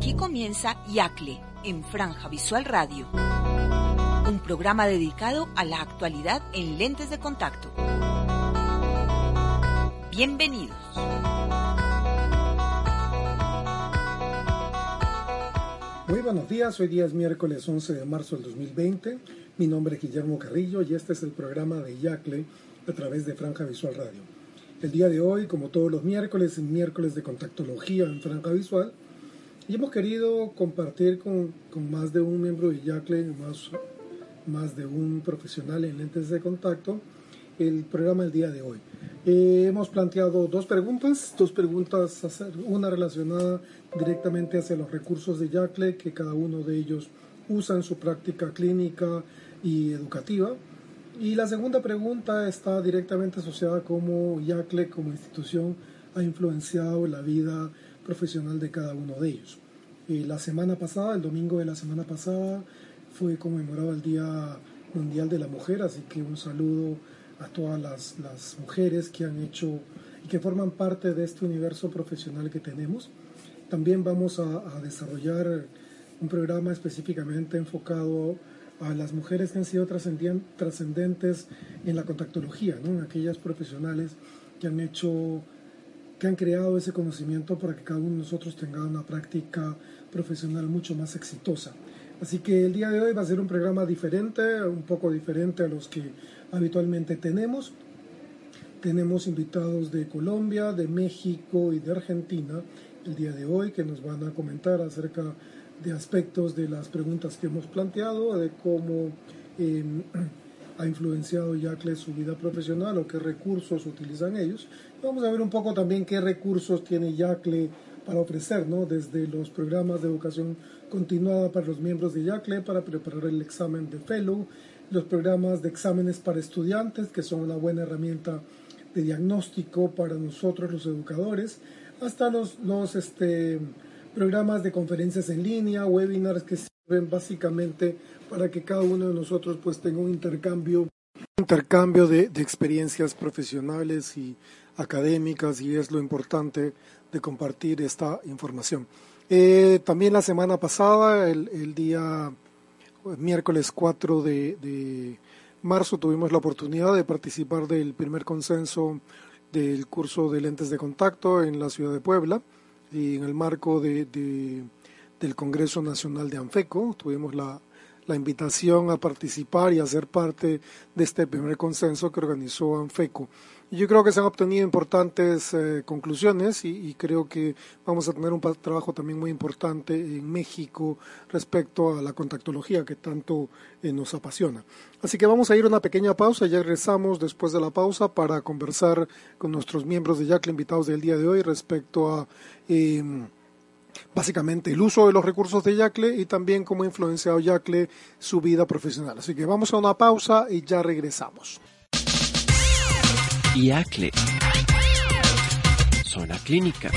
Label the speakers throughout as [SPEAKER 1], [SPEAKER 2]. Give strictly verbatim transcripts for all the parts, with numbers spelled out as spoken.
[SPEAKER 1] Aquí comienza Yacle en Franja Visual Radio, un programa dedicado a la actualidad en lentes de contacto. Bienvenidos.
[SPEAKER 2] Muy buenos días, hoy día es miércoles once de marzo del dos mil veinte. Mi nombre es Guillermo Carrillo y este es el programa de Yacle a través de Franja Visual Radio. El día de hoy, como todos los miércoles, es miércoles de contactología en Franja Visual y hemos querido compartir con, con más de un miembro de Yacle, más, más de un profesional en lentes de contacto, el programa del día de hoy. Eh, hemos planteado dos preguntas, dos preguntas, una relacionada directamente hacia los recursos de Yacle que cada uno de ellos usa en su práctica clínica y educativa. Y la segunda pregunta está directamente asociada a cómo Yacle como institución ha influenciado la vida profesional de cada uno de ellos. Eh, la semana pasada, el domingo de la semana pasada, fue conmemorado el Día Mundial de la Mujer, así que un saludo a todas las, las mujeres que han hecho y que forman parte de este universo profesional que tenemos. También vamos a, a desarrollar un programa específicamente enfocado a las mujeres que han sido trascendentes en la contactología, ¿no? En aquellas profesionales que han hecho, que han creado ese conocimiento para que cada uno de nosotros tenga una práctica profesional mucho más exitosa. Así que el día de hoy va a ser un programa diferente, un poco diferente a los que habitualmente tenemos. Tenemos invitados de Colombia, de México y de Argentina el día de hoy que nos van a comentar acerca de aspectos de las preguntas que hemos planteado, de cómo eh, ha influenciado Yacle su vida profesional o qué recursos utilizan ellos. Vamos a ver un poco también qué recursos tiene Yacle para ofrecer, ¿no? Desde los programas de educación continuada para los miembros de Yacle para preparar el examen de Fellow, los programas de exámenes para estudiantes, que son una buena herramienta de diagnóstico para nosotros los educadores, hasta los, los este, programas de conferencias en línea, webinars que sirven básicamente para que cada uno de nosotros pues tenga un intercambio, intercambio de, de experiencias profesionales y académicas, y es lo importante de compartir esta información. Eh, también la semana pasada, el, el día miércoles cuatro de, de marzo, tuvimos la oportunidad de participar del primer consenso del curso de lentes de contacto en la ciudad de Puebla, y en el marco de, de, del Congreso Nacional de ANFECO tuvimos la, la invitación a participar y a ser parte de este primer consenso que organizó ANFECO. Y yo creo que se han obtenido importantes eh, conclusiones y, y creo que vamos a tener un trabajo también muy importante en México respecto a la contactología que tanto eh, nos apasiona. Así que vamos a ir a una pequeña pausa, ya regresamos después de la pausa para conversar con nuestros miembros de Yacle invitados del día de hoy respecto a eh, básicamente el uso de los recursos de Yacle y también cómo ha influenciado Yacle su vida profesional. Así que vamos a una pausa y ya regresamos.
[SPEAKER 3] Yacle, zona clínica.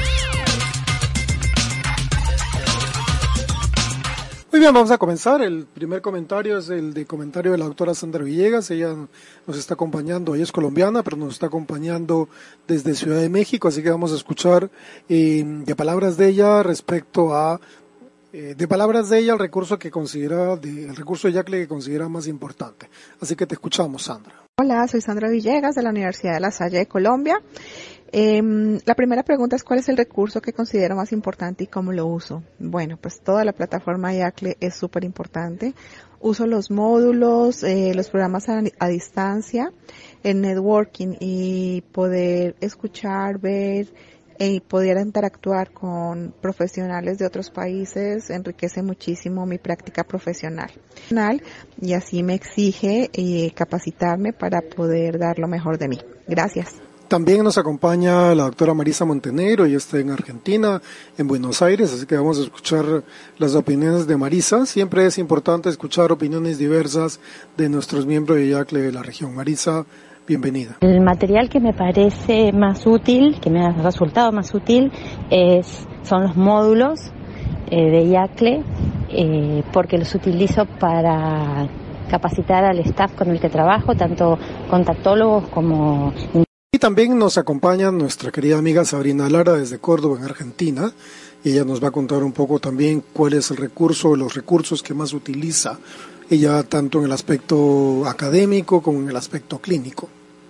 [SPEAKER 2] Muy bien, vamos a comenzar. El primer comentario es el de comentario de la doctora Sandra Villegas. Ella nos está acompañando, ella es colombiana, pero nos está acompañando desde Ciudad de México, así que vamos a escuchar eh, de palabras de ella respecto a eh, de palabras de ella el recurso que considera, de, el recurso de Yacle que considera más importante. Así que te escuchamos, Sandra.
[SPEAKER 4] Hola, soy Sandra Villegas de la Universidad de La Salle de Colombia. Eh, la primera pregunta es ¿cuál es el recurso que considero más importante y cómo lo uso? Bueno, pues toda la plataforma Yacle es súper importante. Uso los módulos, eh, los programas a, a distancia, el networking y poder escuchar, ver y poder interactuar con profesionales de otros países enriquece muchísimo mi práctica profesional. Y así me exige eh, capacitarme para poder dar lo mejor de mí. Gracias.
[SPEAKER 2] También nos acompaña la doctora Marisa Montenegro, ella está en Argentina, en Buenos Aires, así que vamos a escuchar las opiniones de Marisa. Siempre es importante escuchar opiniones diversas de nuestros miembros de Yacle de la región. Marisa, bienvenida.
[SPEAKER 5] El material que me parece más útil, que me ha resultado más útil, es, son los módulos eh, de Yacle, eh, porque los utilizo para capacitar al staff con el que trabajo, tanto contactólogos como...
[SPEAKER 2] Y también nos acompaña nuestra querida amiga Sabrina Lara desde Córdoba, en Argentina. y ella nos va a contar un poco también cuál es el recurso, los recursos que más utiliza ella tanto en el aspecto académico como en el aspecto clínico.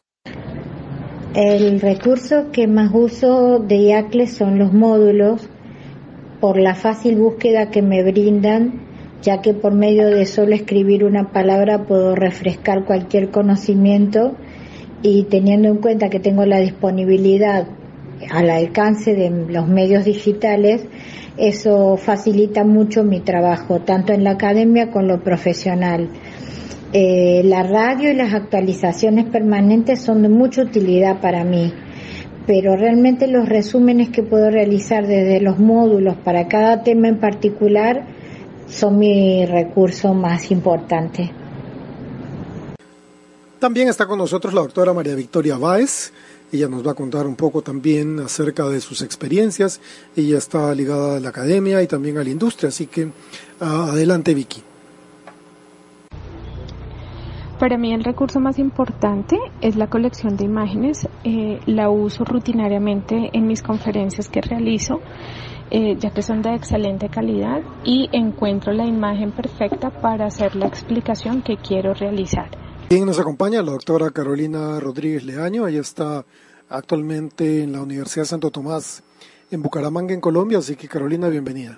[SPEAKER 3] El recurso que más uso de IACLE son los módulos, por la fácil búsqueda que me brindan, ya que por medio de solo escribir una palabra puedo refrescar cualquier conocimiento, y teniendo en cuenta que tengo la disponibilidad al alcance de los medios digitales, eso facilita mucho mi trabajo, tanto en la academia como en lo profesional. Eh, la radio y las actualizaciones permanentes son de mucha utilidad para mí, pero realmente los resúmenes que puedo realizar desde los módulos para cada tema en particular son mi recurso más importante.
[SPEAKER 2] También está con nosotros la doctora María Victoria Báez. Ella nos va a contar un poco también acerca de sus experiencias. Ella está ligada a la academia y también a la industria, así que uh, adelante, Vicky.
[SPEAKER 6] Para mí el recurso más importante es la colección de imágenes. Eh, la uso rutinariamente en mis conferencias que realizo, eh, ya que son de excelente calidad y encuentro la imagen perfecta para hacer la explicación que quiero realizar.
[SPEAKER 2] Bien, nos acompaña la doctora Carolina Rodríguez Leaño. Ella está actualmente en la Universidad Santo Tomás en Bucaramanga, en Colombia, así que Carolina, bienvenida.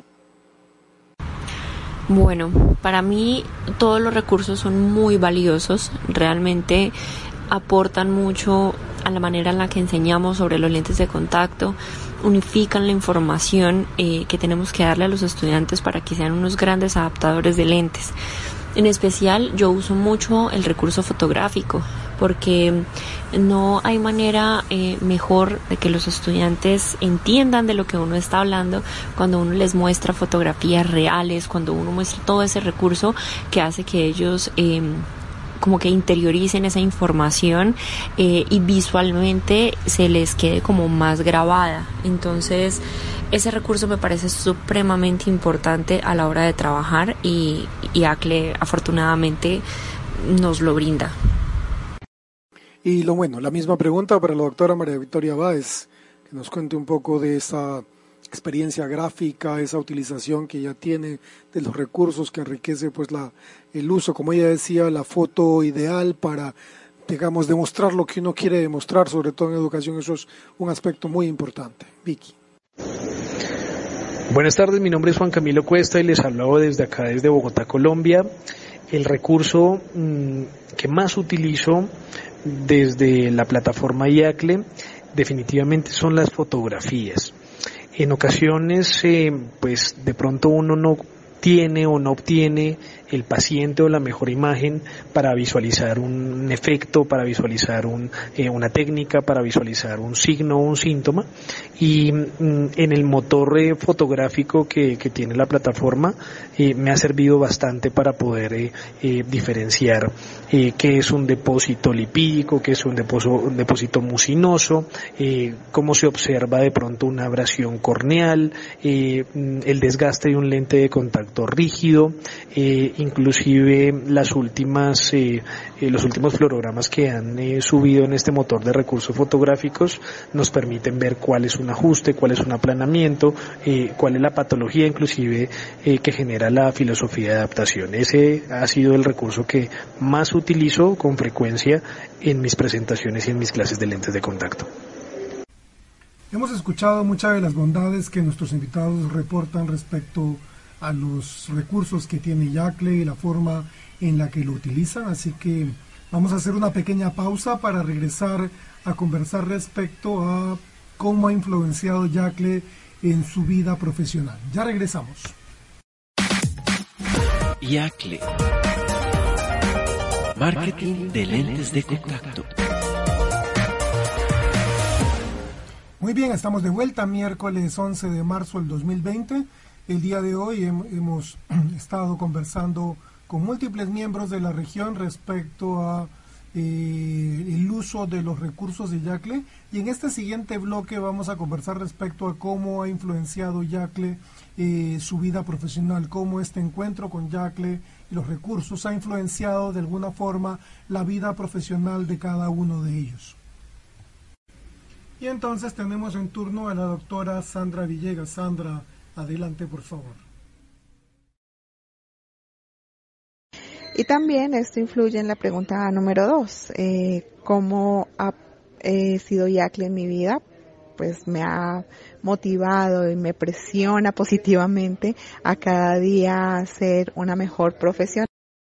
[SPEAKER 7] Bueno, para mí todos los recursos son muy valiosos, realmente aportan mucho a la manera en la que enseñamos sobre los lentes de contacto, unifican la información eh, que tenemos que darle a los estudiantes para que sean unos grandes adaptadores de lentes. En especial yo uso mucho el recurso fotográfico porque no hay manera eh, mejor de que los estudiantes entiendan de lo que uno está hablando cuando uno les muestra fotografías reales, cuando uno muestra todo ese recurso que hace que ellos eh, como que interioricen esa información eh, y visualmente se les quede como más grabada. Entonces ese recurso me parece supremamente importante a la hora de trabajar y, y ACLE afortunadamente nos lo brinda.
[SPEAKER 2] Y lo bueno, la misma pregunta para la doctora María Victoria Báez, que nos cuente un poco de esa experiencia gráfica, esa utilización que ella tiene de los recursos que enriquece pues la el uso, como ella decía, la foto ideal para, digamos, demostrar lo que uno quiere demostrar, sobre todo en educación. Eso es un aspecto muy importante. Vicky.
[SPEAKER 8] Buenas tardes, mi nombre es Juan Camilo Cuesta y les hablo desde acá, desde Bogotá, Colombia. El recurso mmm, que más utilizo desde la plataforma IACLE definitivamente son las fotografías. En ocasiones, eh, pues de pronto uno no tiene o no obtiene el paciente o la mejor imagen para visualizar un efecto, para visualizar un, eh, una técnica, para visualizar un signo o un síntoma, y mm, en el motor eh, fotográfico que, que tiene la plataforma eh, me ha servido bastante para poder eh, eh, diferenciar eh, qué es un depósito lipídico, qué es un depósito, un depósito mucinoso, eh, cómo se observa de pronto una abrasión corneal, eh, el desgaste de un lente de contacto rígido, eh, inclusive las últimas eh, eh, los últimos fluorogramas que han eh, subido en este motor de recursos fotográficos nos permiten ver cuál es un ajuste, cuál es un aplanamiento, eh, cuál es la patología inclusive eh, que genera la filosofía de adaptación. Ese ha sido el recurso que más utilizo con frecuencia en mis presentaciones y en mis clases de lentes de contacto.
[SPEAKER 2] Hemos escuchado muchas de las bondades que nuestros invitados reportan respecto a los recursos que tiene IACLE y la forma en la que lo utilizan, así que vamos a hacer una pequeña pausa para regresar a conversar respecto a cómo ha influenciado IACLE en su vida profesional. Ya regresamos.
[SPEAKER 9] IACLE, marketing de lentes de contacto.
[SPEAKER 2] Muy bien, estamos de vuelta, miércoles once de marzo del dos mil veinte. El día de hoy hemos estado conversando con múltiples miembros de la región respecto a eh, el uso de los recursos de IACLE, y en este siguiente bloque vamos a conversar respecto a cómo ha influenciado IACLE eh, su vida profesional, cómo este encuentro con IACLE y los recursos ha influenciado de alguna forma la vida profesional de cada uno de ellos. Y entonces tenemos en turno a la doctora Sandra Villegas. Sandra, Adelante, por favor.
[SPEAKER 4] Y también esto influye en la pregunta número dos, eh, ¿cómo ha eh, sido Yacle en mi vida? Pues me ha motivado y me presiona positivamente a cada día ser una mejor profesional.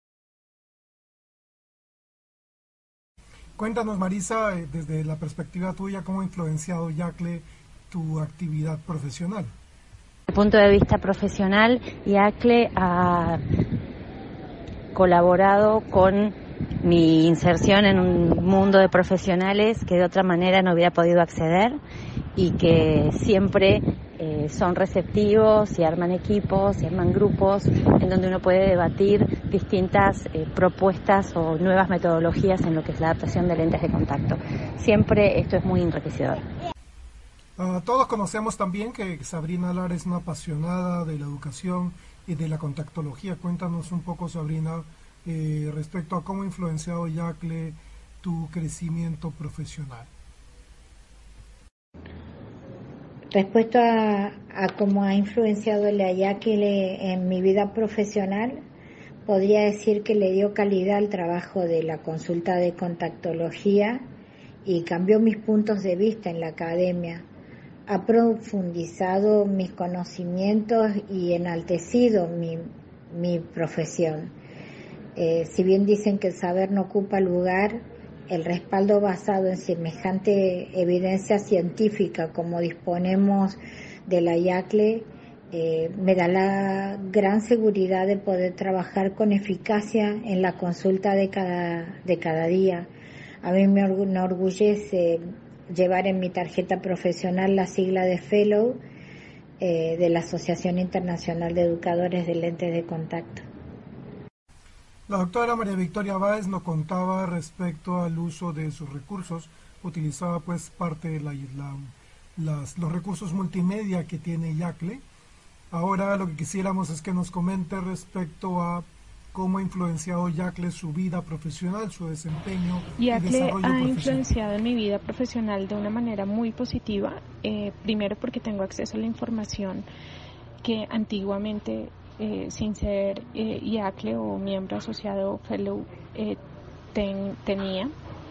[SPEAKER 2] Cuéntanos, Marisa, desde la perspectiva tuya, ¿cómo ha influenciado Yacle tu actividad profesional?
[SPEAKER 5] Desde el punto de vista profesional, Yacle ha colaborado con mi inserción en un mundo de profesionales que de otra manera no hubiera podido acceder y que siempre eh, son receptivos y arman equipos y arman grupos en donde uno puede debatir distintas eh, propuestas o nuevas metodologías en lo que es la adaptación de lentes de contacto. Siempre esto es muy enriquecedor.
[SPEAKER 2] Uh, todos conocemos también que Sabrina Lara es una apasionada de la educación y de la contactología. Cuéntanos un poco, Sabrina, eh, respecto a cómo ha influenciado Yacle tu crecimiento profesional.
[SPEAKER 3] Respecto a, a cómo ha influenciado la Yacle en mi vida profesional, podría decir que le dio calidad al trabajo de la consulta de contactología y cambió mis puntos de vista en la academia. Ha profundizado mis conocimientos y enaltecido mi, mi profesión. Eh, si bien dicen que el saber no ocupa lugar, el respaldo basado en semejante evidencia científica como disponemos de la Yacle eh, me da la gran seguridad de poder trabajar con eficacia en la consulta de cada, de cada día. A mí me enorgullece llevar en mi tarjeta profesional la sigla de Fellow eh, de la Asociación Internacional de Educadores de Lentes de Contacto.
[SPEAKER 2] La doctora María Victoria Báez nos contaba respecto al uso de sus recursos. Utilizaba pues parte de la, la, las, los recursos multimedia que tiene Yacle. Ahora lo que quisiéramos es que nos comente respecto a cómo ha influenciado Yacle su vida profesional, su desempeño y
[SPEAKER 6] Yacle
[SPEAKER 2] desarrollo
[SPEAKER 6] ha
[SPEAKER 2] profesional.
[SPEAKER 6] influenciado en mi vida profesional de una manera muy positiva, eh, primero porque tengo acceso a la información que antiguamente, eh, sin ser eh, Yacle o miembro asociado Fellow, eh, ten, tenía.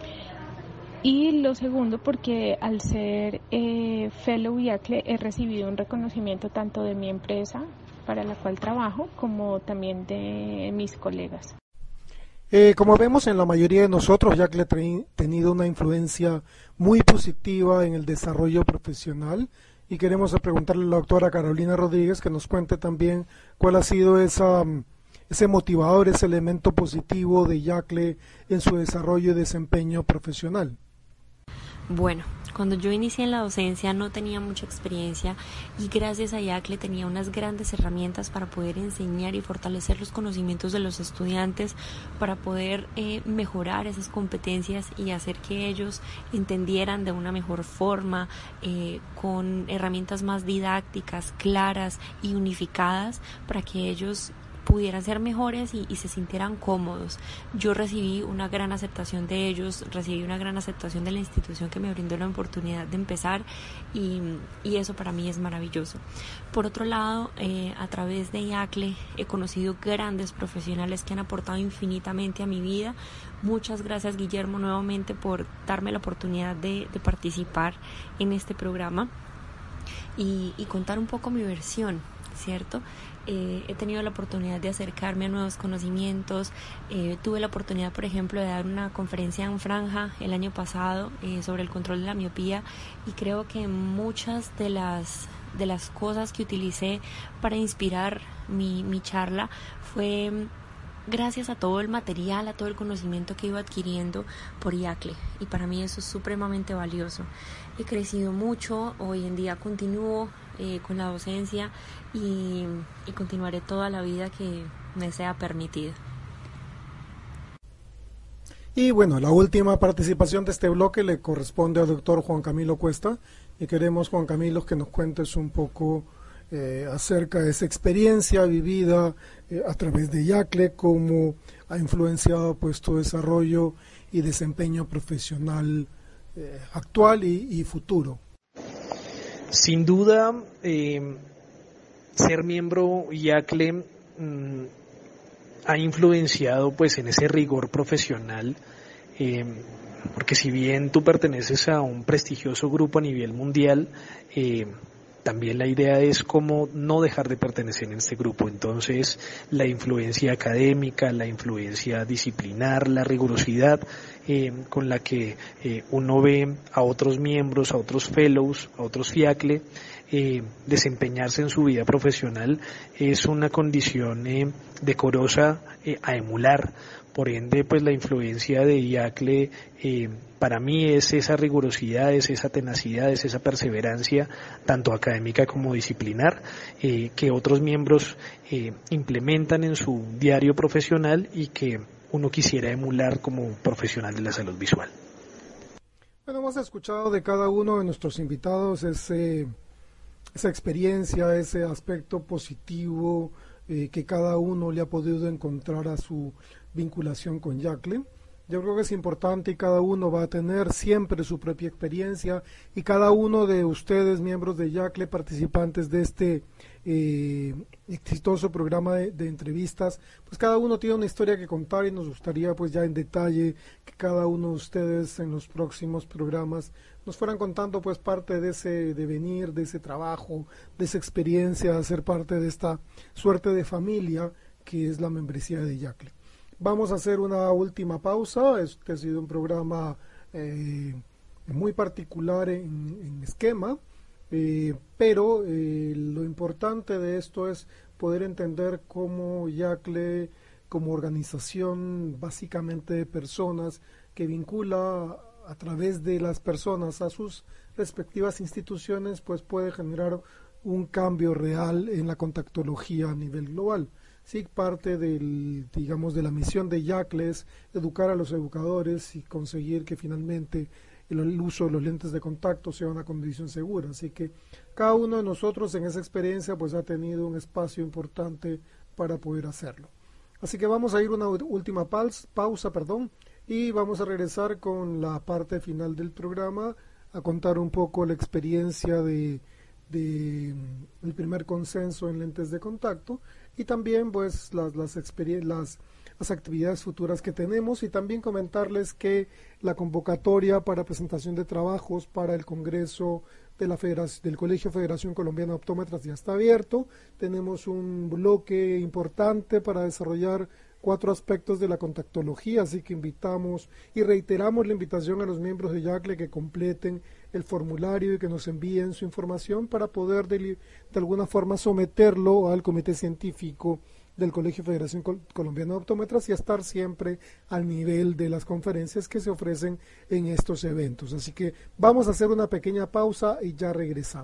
[SPEAKER 6] Y lo segundo, porque al ser eh, Fellow Yacle he recibido un reconocimiento tanto de mi empresa para la cual trabajo, como también de mis colegas.
[SPEAKER 2] Eh, como vemos en la mayoría de nosotros, Yacle ha tenido una influencia muy positiva en el desarrollo profesional y queremos preguntarle a la doctora Carolina Rodríguez que nos cuente también cuál ha sido esa, ese motivador, ese elemento positivo de Yacle en su desarrollo y desempeño profesional.
[SPEAKER 7] Bueno, cuando yo inicié en la docencia no tenía mucha experiencia y gracias a Yacle tenía unas grandes herramientas para poder enseñar y fortalecer los conocimientos de los estudiantes, para poder eh, mejorar esas competencias y hacer que ellos entendieran de una mejor forma, eh, con herramientas más didácticas, claras y unificadas, para que ellos pudieran ser mejores y, y se sintieran cómodos. Yo recibí una gran aceptación de ellos, recibí una gran aceptación de la institución que me brindó la oportunidad de empezar y, y eso para mí es maravilloso. Por otro lado, eh, a través de Yacle he conocido grandes profesionales que han aportado infinitamente a mi vida. Muchas gracias, Guillermo, nuevamente por darme la oportunidad de, de participar en este programa y, y contar un poco mi versión, ¿cierto? Eh, he tenido la oportunidad de acercarme a nuevos conocimientos. Eh, tuve la oportunidad, por ejemplo, de dar una conferencia en Franja el año pasado eh, sobre el control de la miopía y creo que muchas de las de las cosas que utilicé para inspirar mi, mi charla fue gracias a todo el material, a todo el conocimiento que iba adquiriendo por Yacle, y para mí eso es supremamente valioso. He crecido mucho, hoy en día continúo eh, con la docencia y, y continuaré toda la vida que me sea permitida.
[SPEAKER 2] Y bueno, la última participación de este bloque le corresponde al doctor Juan Camilo Cuesta y queremos, Juan Camilo, que nos cuentes un poco Eh, acerca de esa experiencia vivida eh, a través de Yacle, cómo ha influenciado pues tu desarrollo y desempeño profesional eh, actual y, y futuro.
[SPEAKER 8] Sin duda, eh, ser miembro IACLE mmm, ha influenciado pues en ese rigor profesional, eh, porque si bien tú perteneces a un prestigioso grupo a nivel mundial, eh, también la idea es cómo no dejar de pertenecer en este grupo. Entonces, la influencia académica, la influencia disciplinar, la rigurosidad eh, con la que eh, uno ve a otros miembros, a otros fellows, a otros FIACLE, eh, desempeñarse en su vida profesional es una condición eh, decorosa eh, a emular. Por ende, pues la influencia de IACLE eh, para mí es esa rigurosidad, es esa tenacidad, es esa perseverancia, tanto académica como disciplinar, eh, que otros miembros eh, implementan en su diario profesional y que uno quisiera emular como profesional de la salud visual.
[SPEAKER 2] Bueno, hemos escuchado de cada uno de nuestros invitados ese, esa experiencia, ese aspecto positivo eh, que cada uno le ha podido encontrar a su vinculación con IACLE. Yo creo que es importante y cada uno va a tener siempre su propia experiencia y cada uno de ustedes, miembros de IACLE, participantes de este eh, exitoso programa de, de entrevistas, pues cada uno tiene una historia que contar y nos gustaría pues ya en detalle que cada uno de ustedes en los próximos programas nos fueran contando pues parte de ese devenir, de ese trabajo, de esa experiencia, de ser parte de esta suerte de familia que es la membresía de IACLE. Vamos a hacer una última pausa. Este ha sido un programa eh, muy particular en, en esquema, eh, pero eh, lo importante de esto es poder entender cómo IACLE, como organización básicamente de personas que vincula a través de las personas a sus respectivas instituciones, pues puede generar un cambio real en la contactología a nivel global. Sí, parte del, digamos, de la misión de IACLE es educar a los educadores y conseguir que finalmente el, el uso de los lentes de contacto sea una condición segura. Así que cada uno de nosotros en esa experiencia pues ha tenido un espacio importante para poder hacerlo. Así que vamos a ir una última pausa, pausa, perdón, y vamos a regresar con la parte final del programa a contar un poco la experiencia de, de el primer consenso en lentes de contacto y también pues las las, las las actividades futuras que tenemos y también comentarles que la convocatoria para presentación de trabajos para el Congreso de la Federación, del Colegio Federación Colombiana de Optómetras ya está abierto. Tenemos un bloque importante para desarrollar cuatro aspectos de la contactología, así que invitamos y reiteramos la invitación a los miembros de IACLE que completen el formulario y que nos envíen su información para poder de, de alguna forma someterlo al Comité Científico del Colegio Federación Col- Colombiana de Optómetras y a estar siempre al nivel de las conferencias que se ofrecen en estos eventos. Así que vamos a hacer una pequeña pausa y ya regresamos.